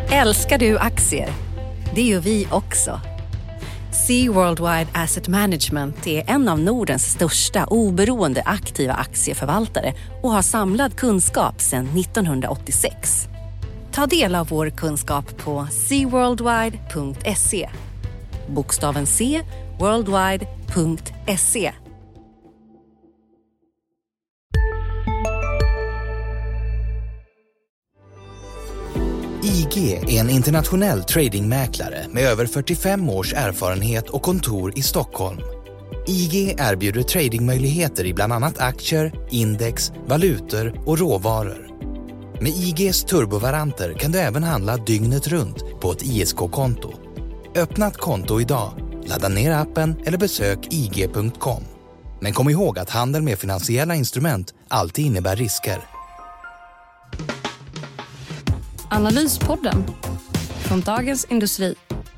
Älskar du aktier? Det gör vi också. Sea Worldwide Asset Management är en av Nordens största oberoende aktiva aktieförvaltare och har samlad kunskap sedan 1986. Ta del av vår kunskap på seaworldwide.se. Bokstaven C, worldwide.se. IG är en internationell tradingmäklare med över 45 års erfarenhet och kontor i Stockholm. IG erbjuder tradingmöjligheter i bland annat aktier, index, valutor och råvaror. Med IGs turbovaranter kan du även handla dygnet runt på ett ISK-konto. Öppna ett konto idag, ladda ner appen eller besök ig.com. Men kom ihåg att handel med finansiella instrument alltid innebär risker. Analyspodden från Dagens Industri.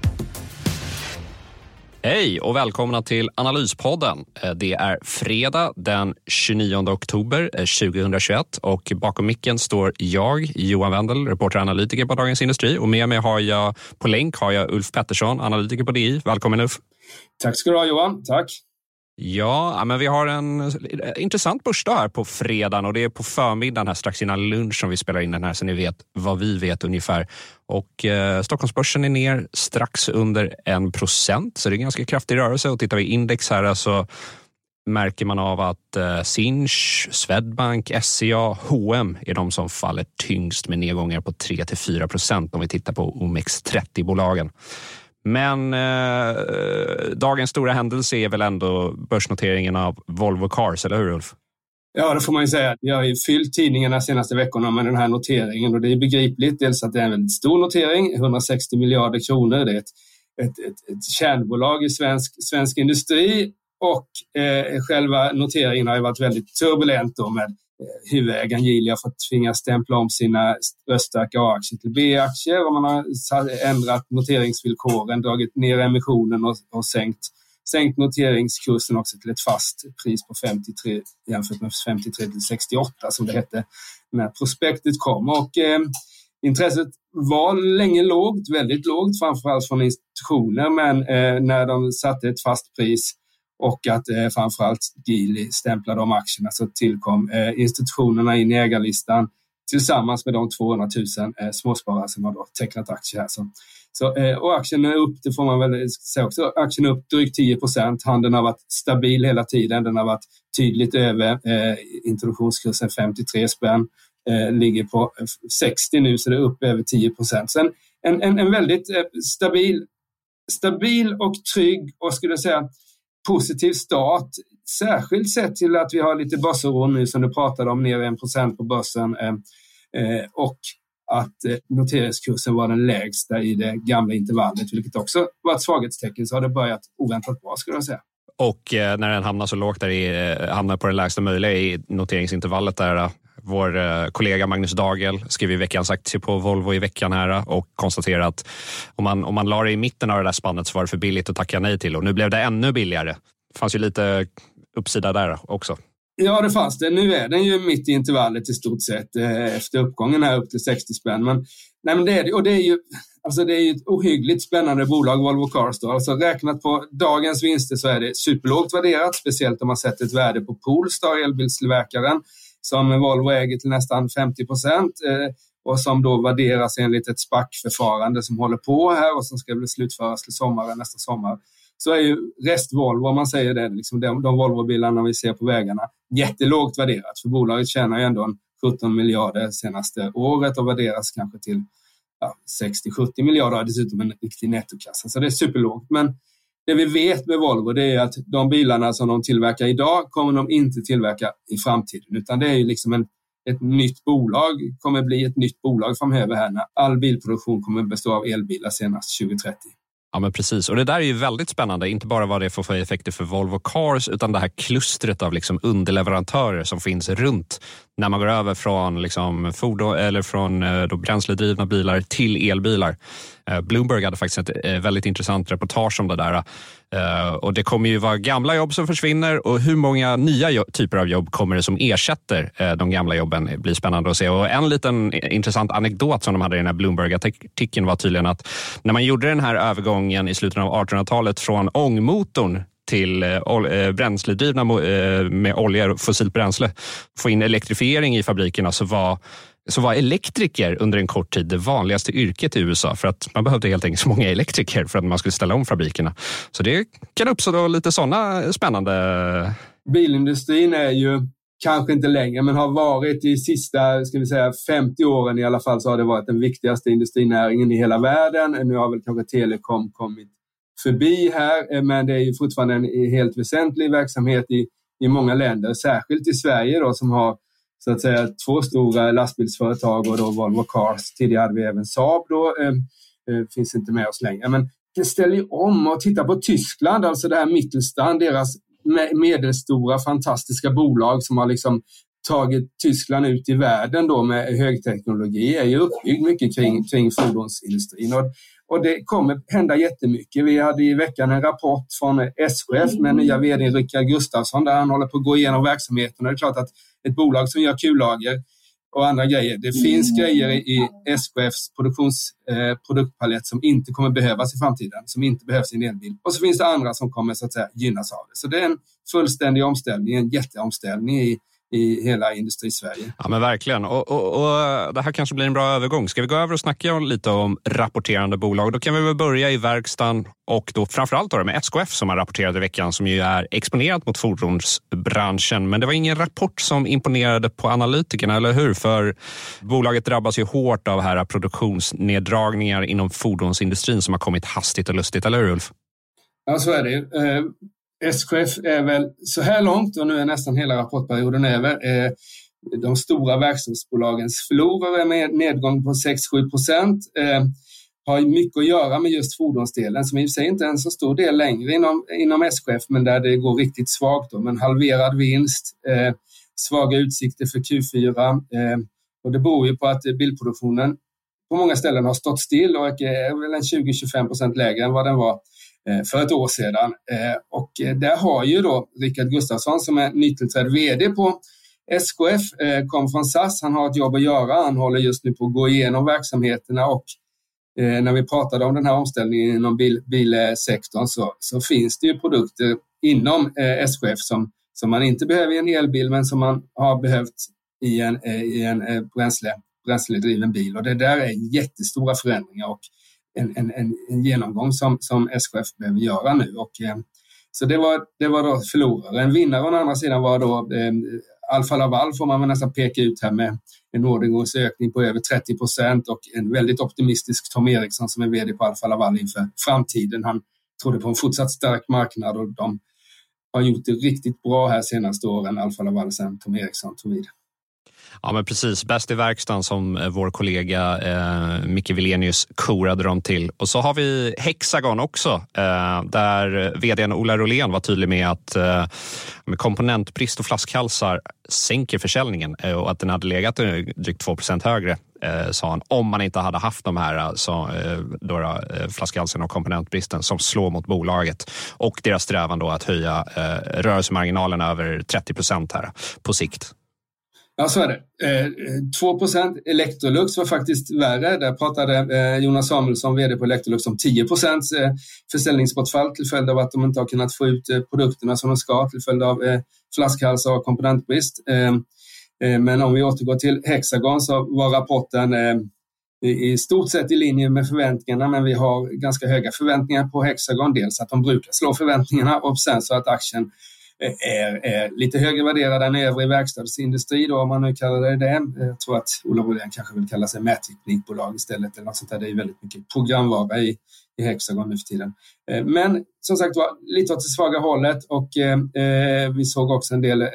Hej och välkomna till Analyspodden. Det är fredag den 29 oktober 2021 och bakom micken står jag, Johan Wendel, reporter och analytiker på Dagens Industri. Och med mig har jag på länk Ulf Pettersson, analytiker på DI. Välkommen Ulf. Tack ska du ha Johan, tack. Ja, men vi har en intressant börsdag här på fredagen och det är på förmiddagen här strax innan lunch som vi spelar in den här så ni vet vad vi vet ungefär. Och Stockholmsbörsen är ner strax under 1%, så det är en ganska kraftig rörelse. Och tittar vi index här så märker man av att Sinch, Swedbank, SCA, H&M är de som faller tyngst med nedgångar på 3-4% om vi tittar på OMX30-bolagen. Men dagens stora händelse är väl ändå börsnoteringen av Volvo Cars, eller hur Ulf? Ja, det får man ju säga. Vi har ju fyllt tidningarna de senaste veckorna med den här noteringen och det är begripligt. Dels att det är en väldigt stor notering, 160 miljarder kronor. Det är ett kärnbolag i svensk industri och själva noteringen har ju varit väldigt turbulent då med huvudägaren Geely har fått tvingas stämpla om sina röststarka A-aktier till B-aktier och man har ändrat noteringsvillkoren, dragit ner emissionen och sänkt noteringskursen också till ett fast pris på 53 jämfört med 53-68 som det hette när prospektet kom. Och intresset var länge lågt, väldigt lågt, framförallt från institutioner, men när de satte ett fast pris och att framförallt Geely stämplade om aktierna så tillkom institutionerna in i ägarlistan tillsammans med de 200 000 småsparare som har då tecknat aktier här. Och aktien är upp, det får man väl säga också, aktien är upp drygt 10%, handeln har varit stabil hela tiden, den har varit tydligt över introduktionskursen 53 spänn, ligger på 60 nu så det är upp över 10%. Sen en väldigt stabil och trygg och skulle jag säga positiv start, särskilt sett till att vi har lite börsoro nu som du pratade om, ner 1% på börsen och att noteringskursen var den lägsta i det gamla intervallet, vilket också var ett svaghetstecken, så har det börjat oväntat bra skulle jag säga. Och när den hamnar så lågt hamnar på det lägsta möjliga i noteringsintervallet där vår kollega Magnus Dagel skrev i veckans aktie på Volvo i veckan här och konstaterade att om man la det i mitten av det där spannet så var det för billigt att tacka nej till och nu blev det ännu billigare. Det fanns ju lite uppsida där också. Ja, det fanns det. Nu är den ju mitt i intervallet i stort sett efter uppgången här upp till 60 spänn. Men det är det. Och det är ju ett ohyggligt spännande bolag, Volvo Cars då. Alltså räknat på dagens vinster så är det superlågt värderat, speciellt om man sätter ett värde på Polestar, elbilstillverkaren, som Volvo äger till nästan 50% och som då värderas enligt ett SPAC-förfarande som håller på här och som ska bli slutföras till nästa sommar. Så är ju rest-Volvo, om man säger det, liksom de Volvo-bilarna vi ser på vägarna, jättelågt värderat. För bolaget tjänar ju ändå 17 miljarder senaste året och värderas kanske till 60-70 miljarder och dessutom en riktig nettokassa. Så det är superlågt. Men det vi vet med Volvo det är att de bilarna som de tillverkar idag kommer de inte tillverka i framtiden. Utan det är ju liksom ett nytt bolag, kommer bli ett nytt bolag framöver här när all bilproduktion kommer bestå av elbilar senast 2030. Ja men precis, och det där är ju väldigt spännande, inte bara vad det får för effekter för Volvo Cars utan det här klustret av liksom underleverantörer som finns runt när man går över från liksom fordon eller från då bränsledrivna bilar till elbilar. Bloomberg hade faktiskt ett väldigt intressant reportage om det där. Och det kommer ju vara gamla jobb som försvinner, och hur många nya typer av jobb kommer det som ersätter de gamla jobben blir spännande att se. Och en liten intressant anekdot som de hade i den här Bloomberg-artikeln var tydligen att när man gjorde den här övergången i slutet av 1800-talet från ångmotorn till bränsledrivna med olja och fossilt bränsle, få in elektrifiering i fabrikerna, så var elektriker under en kort tid det vanligaste yrket i USA, för att man behövde helt enkelt så många elektriker för att man skulle ställa om fabrikerna. Så det kan uppstå då lite sådana spännande... Bilindustrin är ju kanske inte längre, men har varit i sista 50 åren i alla fall, så har det varit den viktigaste industrinäringen i hela världen. Nu har väl kanske telekom kommit förbi här, men det är ju fortfarande en helt väsentlig verksamhet i många länder, särskilt i Sverige då, som har så att säga 2 stora lastbilsföretag och då Volvo Cars. Tidigare hade vi även Saab då, finns inte med oss längre. Men det ställer ju om, och titta på Tyskland, alltså det här Mittelstand, deras medelstora fantastiska bolag som har liksom tagit Tyskland ut i världen då med högteknologi, är ju uppbyggd mycket kring fordonsindustrin. Och det kommer hända jättemycket. Vi hade i veckan en rapport från SKF med nya vd Rickard Gustafsson, där han håller på att gå igenom verksamheten. Och det är klart att ett bolag som gör kullager och andra grejer, det finns grejer i SKFs produktpalett som inte kommer behövas i framtiden, som inte behövs i en elbil. Och så finns det andra som kommer så att säga gynnas av det. Så det är en fullständig omställning, en jätteomställning i hela industrisverige. Ja, men verkligen. Och det här kanske blir en bra övergång. Ska vi gå över och snacka lite om rapporterande bolag? Då kan vi väl börja i verkstaden, och då framförallt då med SKF som har rapporterat i veckan, som ju är exponerat mot fordonsbranschen. Men det var ingen rapport som imponerade på analytikerna, eller hur? För bolaget drabbas ju hårt av här produktionsneddragningar inom fordonsindustrin som har kommit hastigt och lustigt, eller hur Ulf? Ja, så är det ju. SKF är väl så här långt, och nu är nästan hela rapportperioden över, de stora verkstadsbolagens förlorare med nedgång på 6-7%, har mycket att göra med just fordonsdelen, som i och för sig inte är en så stor del längre inom SKF, men där det går riktigt svagt då, men halverad vinst, svaga utsikter för Q4, och det beror ju på att bilproduktionen på många ställen har stått still och är väl en 20-25% lägre än vad den var för ett år sedan. Och där har ju då Rickard Gustafsson, som är nytillträdd vd på SKF, kom från SAS. Han har ett jobb att göra. Han håller just nu på att gå igenom verksamheterna, och när vi pratade om den här omställningen inom bilsektorn så finns det ju produkter inom SKF som man inte behöver i en elbil, men som man har behövt i en bränsledriven bil. Och det där är jättestora förändringar och en genomgång som SKF behöver göra nu. Och, så det var då förlorare. En vinnare å andra sidan var då Alfa Laval, får man väl nästan peka ut här, med en orderingångsökning på över 30%, och en väldigt optimistisk Tom Eriksson som är vd på Alfa Laval inför framtiden. Han trodde på en fortsatt stark marknad, och de har gjort det riktigt bra här senaste åren, Alfa Laval, sen Tom Eriksson tog vid. Ja, men precis. Bäst i verkstaden, som vår kollega Micke Wilenius korade dem till. Och så har vi Hexagon också, där vdn Ola Rolén var tydlig med att med komponentbrist och flaskhalsar sänker försäljningen, och att den hade legat drygt 2% högre, sa han, om man inte hade haft de här flaskhalsen och komponentbristen som slår mot bolaget, och deras strävan då att höja rörelsemarginalen över 30% här på sikt. Ja, så är det. 2% Electrolux var faktiskt värre. Där pratade Jonas Samuelsson, vd på Electrolux, om 10% försäljningsbortfall till följd av att de inte har kunnat få ut produkterna som de ska, till följd av flaskhalsar och komponentbrist. Men om vi återgår till Hexagon, så var rapporten i stort sett i linje med förväntningarna, men vi har ganska höga förväntningar på Hexagon. Dels att de brukar slå förväntningarna, och sen så att aktien är lite högre värderad än övrig verkstadsindustri då, om man nu kallar det. Jag tror att Ola Rolén kanske vill kalla sig mätteknikbolag istället, eller något sånt där. Det är väldigt mycket programvara i Hexagon nu för tiden. Men som sagt var, lite åt det svaga hållet, och vi såg också en del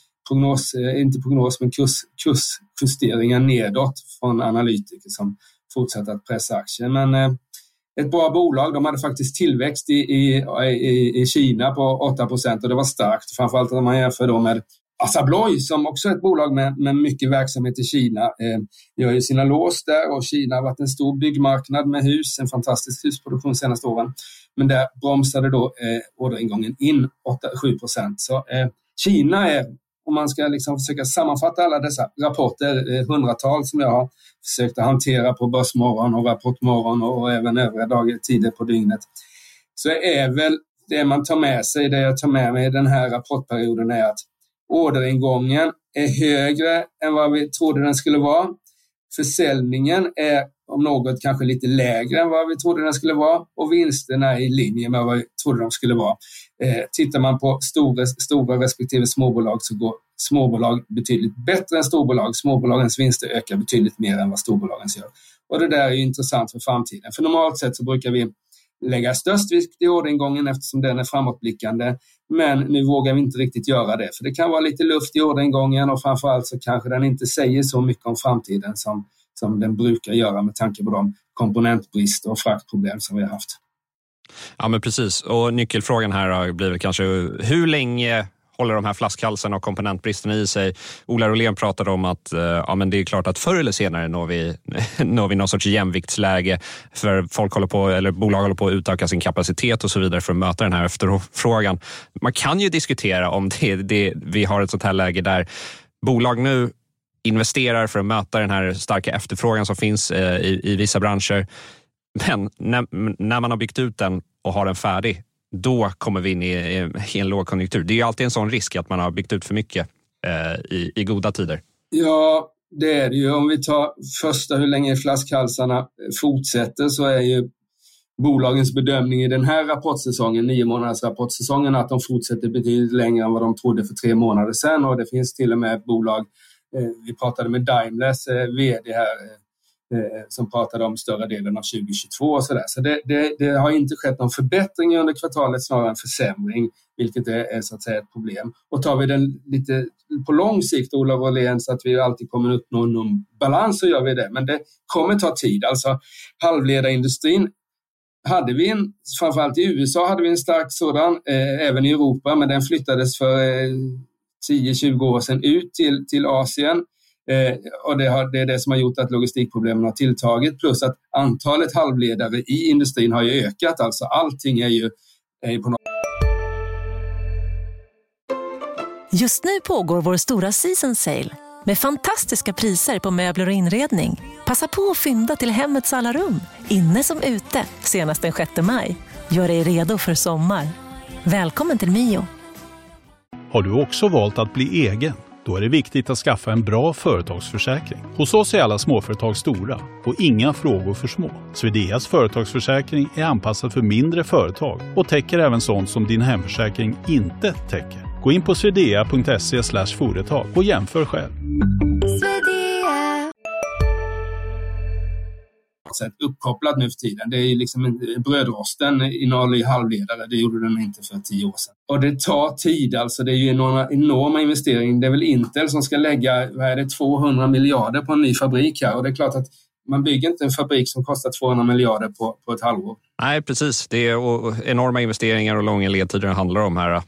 kursjusteringar nedåt från analytiker som fortsatte att pressa aktien. Men ett bra bolag. De hade faktiskt tillväxt i Kina på 8%, och det var starkt. Framförallt om man jämför då med Assa Abloy, som också är ett bolag med mycket verksamhet i Kina, gör ju sina lås där, och Kina har varit en stor byggmarknad med hus, en fantastisk husproduktion senaste åren. Men där bromsade då orderingången in 8-7%. Så Kina är, om man ska liksom försöka sammanfatta alla dessa rapporter, hundratals som jag har försökt att hantera på Börsmorgon och Rapportmorgon och även övriga tider på dygnet, så är väl det man tar med sig, det jag tar med mig i den här rapportperioden, är att orderingången är högre än vad vi trodde den skulle vara. Försäljningen är om något kanske lite lägre än vad vi trodde den skulle vara, och vinsterna är i linje med vad vi trodde de skulle vara. Tittar man på stora respektive småbolag, så går småbolag betydligt bättre än storbolag. Småbolagens vinster ökar betydligt mer än vad storbolagens gör. Och det där är ju intressant för framtiden. För normalt sett så brukar vi lägga störst vikt i orderingången eftersom den är framåtblickande. Men nu vågar vi inte riktigt göra det. För det kan vara lite luft i orderingången, och framförallt så kanske den inte säger så mycket om framtiden som den brukar göra med tanke på de komponentbrist och fraktproblem som vi har haft. Ja, men precis. Och nyckelfrågan här blir kanske hur länge håller de här flaskhalsen och komponentbristen i sig? Ola Rolén pratade om att men det är klart att förr eller senare når vi någon sorts jämviktsläge, för bolag håller på att utöka sin kapacitet och så vidare för att möta den här efterfrågan. Man kan ju diskutera om vi har ett sånt här läge där bolag nu investerar för att möta den här starka efterfrågan som finns i vissa branscher. Men när man har byggt ut den och har den färdig, då kommer vi in i en lågkonjunktur. Det är ju alltid en sån risk att man har byggt ut för mycket i goda tider. Ja, det är det ju. Om vi tar första hur länge flaskhalsarna fortsätter, så är ju bolagens bedömning i den här rapportsäsongen, 9 månaders rapportsäsongen, att de fortsätter betydligt längre än vad de trodde för 3 månader sedan. Och det finns till och med bolag, vi pratade med Daimlers vd här, som pratade om större delen av 2022 och sådär. Så det har inte skett någon förbättring under kvartalet, snarare en försämring, vilket är så att säga ett problem. Och tar vi den lite på lång sikt, Ola Rolén, så att vi alltid kommer uppnå någon balans, så gör vi det. Men det kommer ta tid. Alltså halvledarindustrin hade vi framförallt i USA hade vi en stark sådan, även i Europa, men den flyttades för 10-20 år sedan ut till Asien. Och det är det som har gjort att logistikproblemen har tilltagit, plus att antalet halvledare i industrin har ju ökat. Alltså allting är ju på något. Just nu pågår vår stora season sale med fantastiska priser på möbler och inredning. Passa på att fynda till hemmets alla rum, inne som ute, senast den 6 maj. Gör dig redo för sommar. Välkommen till Mio. Har du också valt att bli egen? Då är det viktigt att skaffa en bra företagsförsäkring. Hos oss är alla småföretag stora och inga frågor för små. Swedeas företagsförsäkring är anpassad för mindre företag och täcker även sånt som din hemförsäkring inte täcker. Gå in på swedea.se/företag och jämför själv. Uppkopplat nu för tiden. Det är liksom brödrosten innehåller i halvledare. Det gjorde den inte för 10 år sedan. Och det tar tid, alltså det är ju enorma investeringar. Det är väl Intel som ska lägga 200 miljarder på en ny fabrik här. Och det är klart att man bygger inte en fabrik som kostar 200 miljarder på ett halvår. Nej, precis. Det är enorma investeringar och långa ledtider det handlar om här.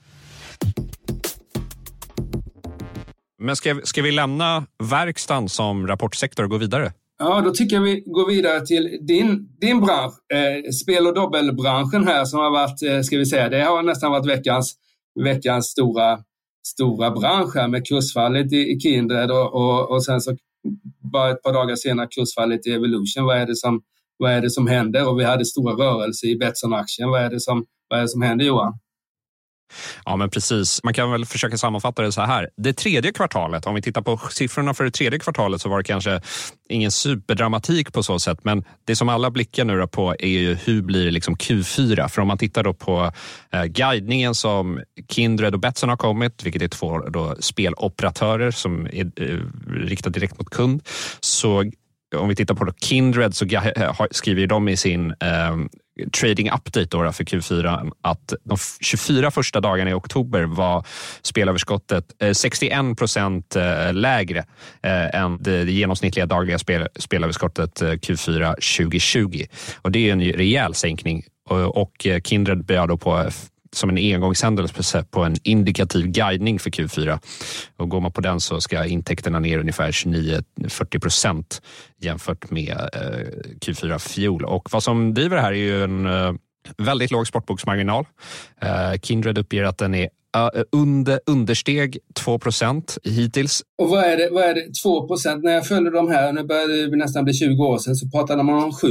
Men ska vi lämna verkstaden som rapportsektor och gå vidare? Ja, då tycker jag vi går vidare till din bransch, spel- och dobbelbranschen här, som har varit, ska vi säga, det har nästan varit veckans stora bransch här med kursfallet i Kindred och sen så bara ett par dagar senare kursfallet i Evolution. Vad är det som händer? Och vi hade stora rörelser i Betsson-aktien. Vad är det som händer, Johan? Ja, men precis. Man kan väl försöka sammanfatta det så här. Det tredje kvartalet, om vi tittar på siffrorna för det tredje kvartalet, så var det kanske ingen superdramatik på så sätt. Men det som alla blickar nu på är ju hur blir det liksom Q4? För om man tittar då på guidningen som Kindred och Betsson har kommit, vilket är 2 då speloperatörer som är riktade direkt mot kund. Så om vi tittar på Kindred så skriver de i sin trading update då för Q4 att de 24 första dagarna i oktober var spelöverskottet 61% lägre än det genomsnittliga dagliga spelöverskottet Q4 2020. Och det är en rejäl sänkning. Och Kindred bjöd då på som en engångshändelse på en indikativ guidning för Q4. Och går man på den så ska intäkterna ner ungefär 29-40% jämfört med Q4 fjol. Och vad som driver det här är ju en väldigt låg sportboksmarginal. Kindred uppger att den är understeg 2% hittills. Och vad är det 2%? När jag följde de här, nu började det nästan bli 20 år sedan, så pratade man om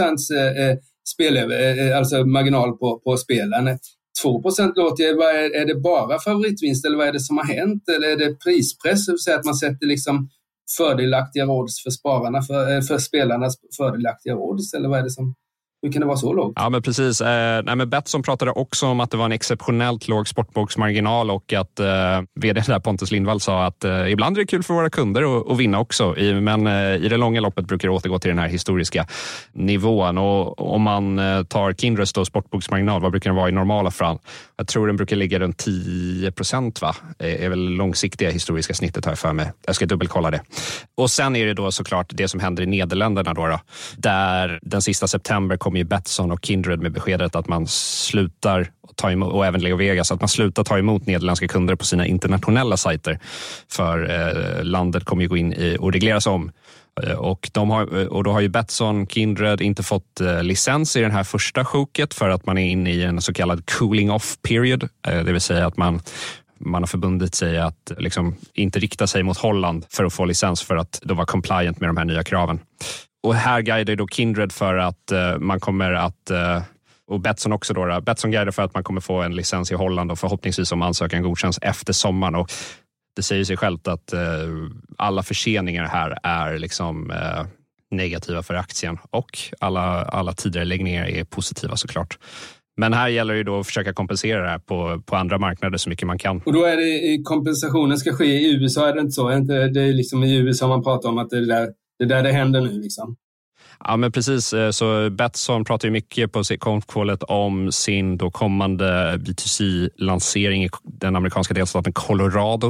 7% alltså marginal på spelen. 2% låter jag, är det bara favoritvinst eller vad är det som har hänt? Eller är det prispress, så att man sätter liksom fördelaktiga odds för spararna, för spelarnas fördelaktiga odds, eller vad är det som... Hur kan det vara så lågt? Ja, men precis. Men Betsson pratade också om att det var en exceptionellt låg sportboksmarginal och att vd där Pontus Lindvall sa att ibland är det kul för våra kunder att vinna också. Men i det långa loppet brukar det återgå till den här historiska nivån. Och om man tar Kindreds då sportboksmarginal, vad brukar den vara i normala fall? Jag tror den brukar ligga runt 10%, va? Det är väl långsiktiga historiska snittet, har jag för mig. Jag ska dubbelkolla det. Och sen är det då såklart det som händer i Nederländerna då. Där den sista september kom ju Betsson och Kindred med beskedet att man slutar ta emot, och även Leo Vegas, att man slutar ta emot nederländska kunder på sina internationella sajter. För landet kommer ju gå in och regleras om. Och då har ju Betsson, Kindred inte fått licens i den här första sjoket för att man är inne i en så kallad cooling off period. Det vill säga att man har förbundit sig att liksom inte rikta sig mot Holland för att få licens, för att då vara compliant med de här nya kraven. Och här guidar då Kindred för att man kommer att, och Betsson också då, Betsson guidar för att man kommer få en licens i Holland och förhoppningsvis om ansökan godkänns efter sommaren. Och det säger sig självt att alla förseningar här är liksom negativa för aktien, och alla tidigareläggningar är positiva såklart. Men här gäller det ju då att försöka kompensera det här på andra marknader så mycket man kan. Och då är det kompensationen ska ske i USA, är det inte så? Det är liksom i USA man pratar om att det där det händer nu liksom. Ja, men precis. Så Betsson pratar ju mycket på konfkålet om sin då kommande B2C-lansering i den amerikanska delstaten Colorado.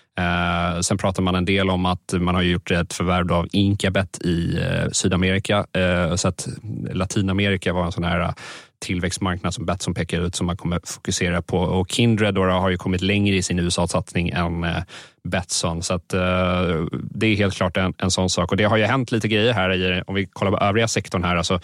Sen pratar man en del om att man har gjort ett förvärv av Inkabet i Sydamerika. Så att Latinamerika var en sån här tillväxtmarknad som Betsson pekar ut som man kommer fokusera på. Och Kindred då har ju kommit längre i sin USA-satsning än Betsson. Så att det är helt klart en sån sak. Och det har ju hänt lite grejer här om vi kollar på övriga sektorn här. Alltså,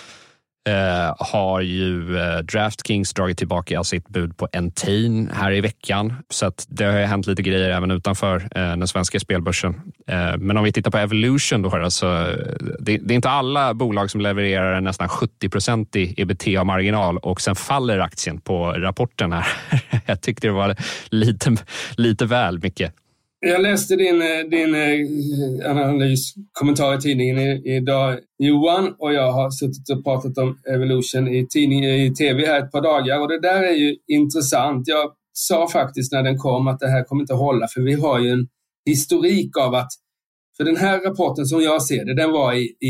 har ju DraftKings dragit tillbaka sitt bud på Entain här i veckan. Så att det har ju hänt lite grejer även utanför den svenska spelbörsen. Men om vi tittar på Evolution då, alltså, det är inte alla bolag som levererar nästan 70% i ebitda-marginal och sen faller aktien på rapporten här. Jag tyckte det var lite väl mycket. Jag läste din analyskommentar i tidningen idag, Johan, och jag har suttit och pratat om Evolution i tv här ett par dagar, och det där är ju intressant. Jag sa faktiskt när den kom att det här kommer inte att hålla, för vi har ju en historik av att, för den här rapporten som jag ser det, den var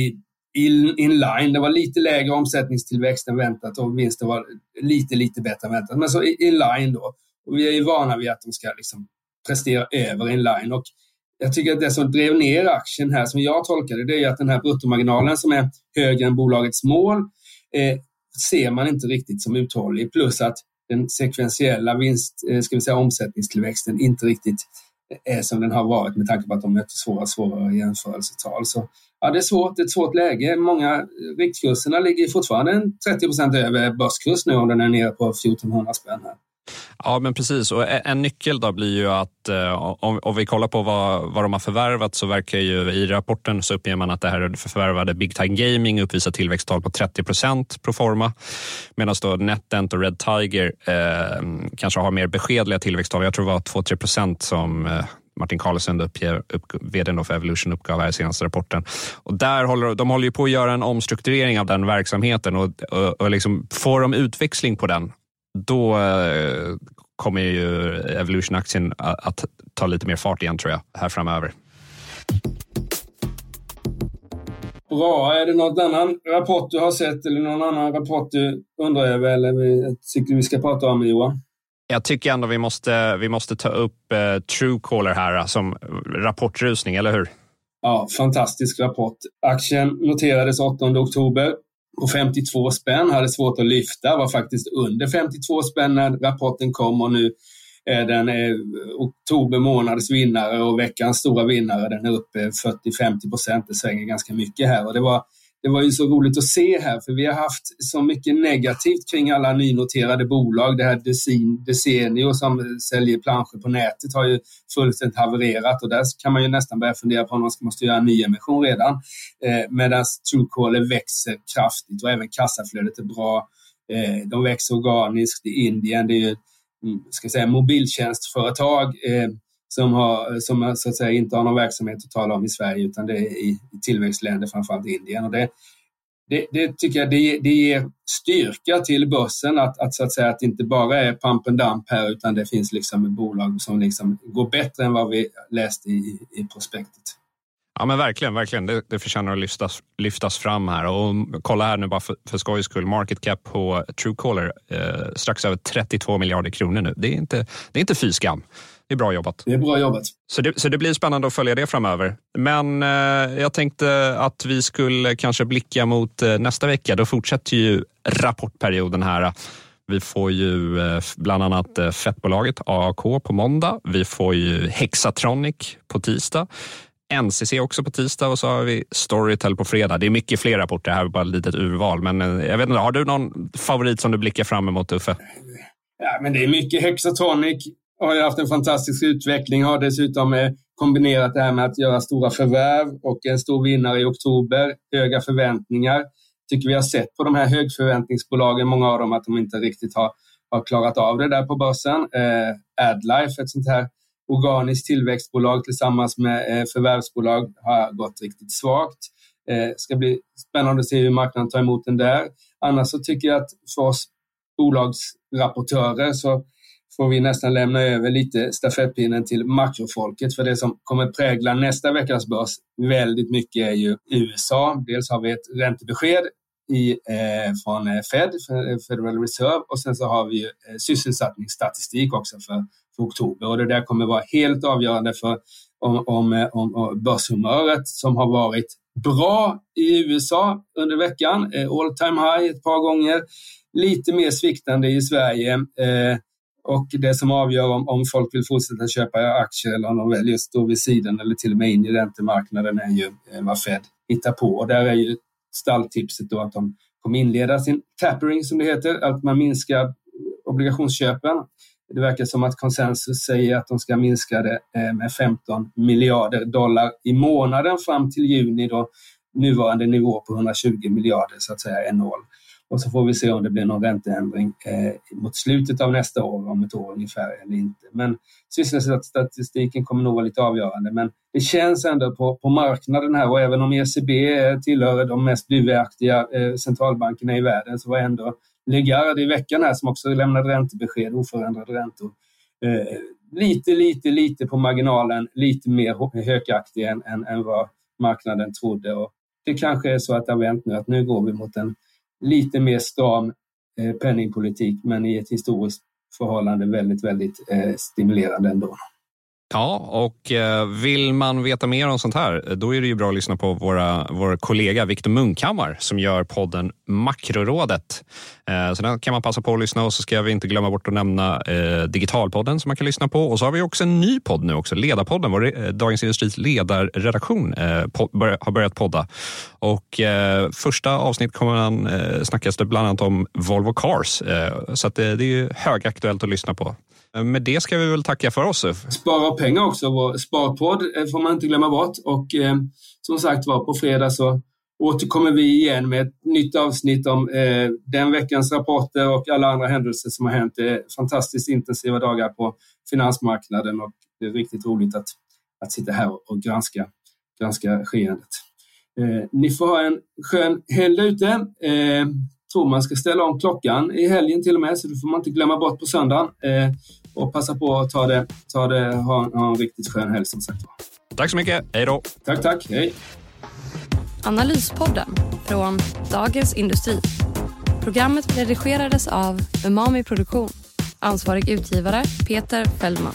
inline, det var lite lägre omsättningstillväxt än väntat och vinsten var lite bättre än väntat, men så inline då, och vi är ju vana vid att de ska liksom prestera över inline, och jag tycker att det som drev ner aktien här, som jag tolkar det är att den här bruttomarginalen som är högre än bolagets mål ser man inte riktigt som uthållig, plus att den sekventiella omsättningstillväxten inte riktigt är som den har varit med tanke på att de möter svårare jämförelsetal. Så ja, det är ett svårt läge. Många riktkurserna ligger fortfarande 30% över börskurs nu, om den är nere på 1400 spänn här. Ja, men precis. Och en nyckel då blir ju att om vi kollar på vad de har förvärvat, så verkar ju i rapporten så uppger man att det här förvärvade Big Time Gaming uppvisar tillväxttal på 30% pro forma. Medan då NetEnt och Red Tiger kanske har mer beskedliga tillväxttal. Jag tror det var 2-3% som Martin Carlsen, vdn för Evolution, uppgav här i senaste rapporten. Och de håller ju på att göra en omstrukturering av den verksamheten, och liksom får de utväxling på den, då kommer ju Evolution-aktien att ta lite mer fart igen, tror jag, här framöver. Bra. Är det någon annan rapport du har sett eller någon annan rapport du undrar över eller tycker vi ska prata om, Johan? Jag tycker ändå vi måste ta upp Truecaller här som rapportrusning, eller hur? Ja, fantastisk rapport. Aktien noterades 8 oktober på 52 spänn, hade svårt att lyfta, var faktiskt under 52 spänn när rapporten kom, och nu är den oktober månads vinnare och veckans stora vinnare, den är uppe 40-50%, det svänger ganska mycket här, och det var ju så roligt att se här, för vi har haft så mycket negativt kring alla nynoterade bolag. Det här Desenio som säljer planscher på nätet har ju fullständigt havererat, och där kan man ju nästan börja fundera på om man måste göra en ny emission redan. Medan Truecaller växer kraftigt och även kassaflödet är bra. De växer organiskt i Indien. Det är ju mobiltjänstföretag som så att säga inte har någon verksamhet att tala om i Sverige, utan det är i tillväxtländer, framförallt Indien. Och det tycker jag det ger styrka till börsen att så att säga att det inte bara är pump and dump här, utan det finns liksom bolag som liksom går bättre än vad vi läste i prospektet. Ja, men verkligen. Det förtjänar att lyftas fram här. Och kolla här nu bara för skojs skull. Market cap på Truecaller strax över 32 miljarder kronor nu. Det är inte fy skam. Det är bra jobbat. Det är bra jobbat. Så det blir spännande att följa det framöver. Men jag tänkte att vi skulle kanske blicka mot nästa vecka. Då fortsätter ju rapportperioden här. Vi får ju bland annat fettbolaget AAK på måndag. Vi får ju Hexatronic på tisdag. NCC också på tisdag, och så har vi Storytel på fredag. Det är mycket fler rapporter här, bara ett litet urval. Men jag vet inte, har du någon favorit som du blickar fram emot, Uffe? Ja, men det är mycket. Hexatronic har ju haft en fantastisk utveckling, har dessutom kombinerat det här med att göra stora förvärv och en stor vinnare i oktober, höga förväntningar. Tycker vi har sett på de här högförväntningsbolagen, många av dem, att de inte riktigt har klarat av det där på börsen. AdLife, ett sånt här organiskt tillväxtbolag tillsammans med förvärvsbolag, har gått riktigt svagt. Ska bli spännande att se hur marknaden tar emot den där. Annars så tycker jag att för oss bolagsrapportörer så får vi nästan lämna över lite stafettpinnen till makrofolket, för det som kommer prägla nästa veckas börs väldigt mycket är ju USA. Dels har vi ett räntebesked från Federal Reserve, och sen så har vi ju sysselsättningsstatistik också för oktober, och det där kommer vara helt avgörande för om börshumöret, som har varit bra i USA under veckan, all time high ett par gånger, lite mer sviktande i Sverige, och det som avgör om folk vill fortsätta köpa aktier eller om de väljer att stå vid sidan eller till och med in i räntemarknaden är ju vad Fed hittar på, och där är ju stalltipset då att de kommer inleda sin tapering, som det heter, att man minskar obligationsköpen. Det verkar som att konsensus säger att de ska minska det med 15 miljarder dollar i månaden fram till juni, då nuvarande nivå på 120 miljarder så att säga är noll. Och så får vi se om det blir någon ränteändring mot slutet av nästa år, om ett år ungefär eller inte. Men sysselsättningsstatistiken kommer nog vara lite avgörande. Men det känns ändå på marknaden här, och även om ECB tillhör de mest duvaktiga centralbankerna i världen, så var ändå Lagarde i veckan här, som också lämnade räntebesked, oförändrade räntor. Lite på marginalen, lite mer högaktig än vad marknaden trodde. Och det kanske är så att det har vänt nu, att nu går vi mot en lite mer stram penningpolitik, men i ett historiskt förhållande väldigt, väldigt stimulerande ändå. Ja, och vill man veta mer om sånt här, då är det ju bra att lyssna på vår kollega Viktor Munkhammar som gör podden Makrorådet. Så den kan man passa på att lyssna, och så ska vi inte glömma bort att nämna Digitalpodden som man kan lyssna på. Och så har vi också en ny podd nu också, Ledarpodden, vår Dagens Industris ledarredaktion har börjat podda. Och första avsnitt kommer man snackas det bland annat om Volvo Cars, så att det är ju högaktuellt att lyssna på. Med det ska vi väl tacka för oss. Spara pengar också, vår sparpodd får man inte glömma bort. Och som sagt var, på fredag så återkommer vi igen med ett nytt avsnitt om den veckans rapporter och alla andra händelser som har hänt. Det är fantastiskt intensiva dagar på finansmarknaden, och det är riktigt roligt att sitta här och granska skeendet. Ni får ha en skön helg ute. Tror man ska ställa om klockan i helgen till och med, så det får man inte glömma bort på söndagen. Och passa på att ha en riktigt skön helg som sagt. Tack så mycket, hej då. Tack, hej. Analyspodden från Dagens Industri. Programmet redigerades av Umami Produktion. Ansvarig utgivare Peter Fällman.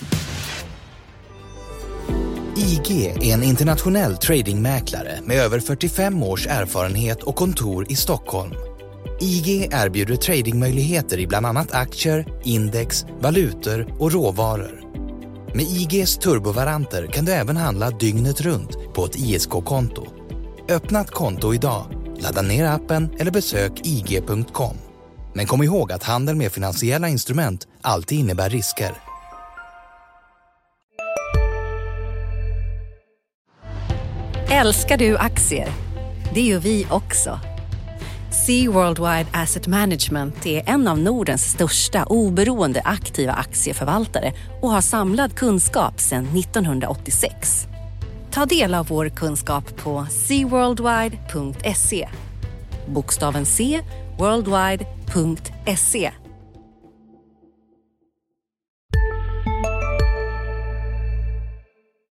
IG är en internationell tradingmäklare med över 45 års erfarenhet och kontor i Stockholm. IG erbjuder tradingmöjligheter i bland annat aktier, index, valutor och råvaror. Med IGs turbovaranter kan du även handla dygnet runt på ett ISK-konto. Öppna ett konto idag, ladda ner appen eller besök ig.com. Men kom ihåg att handel med finansiella instrument alltid innebär risker. Älskar du aktier? Det gör vi också. Sea Worldwide Asset Management är en av Nordens största oberoende aktiva aktieförvaltare och har samlad kunskap sedan 1986. Ta del av vår kunskap på seaworldwide.se. Bokstaven C, worldwide.se.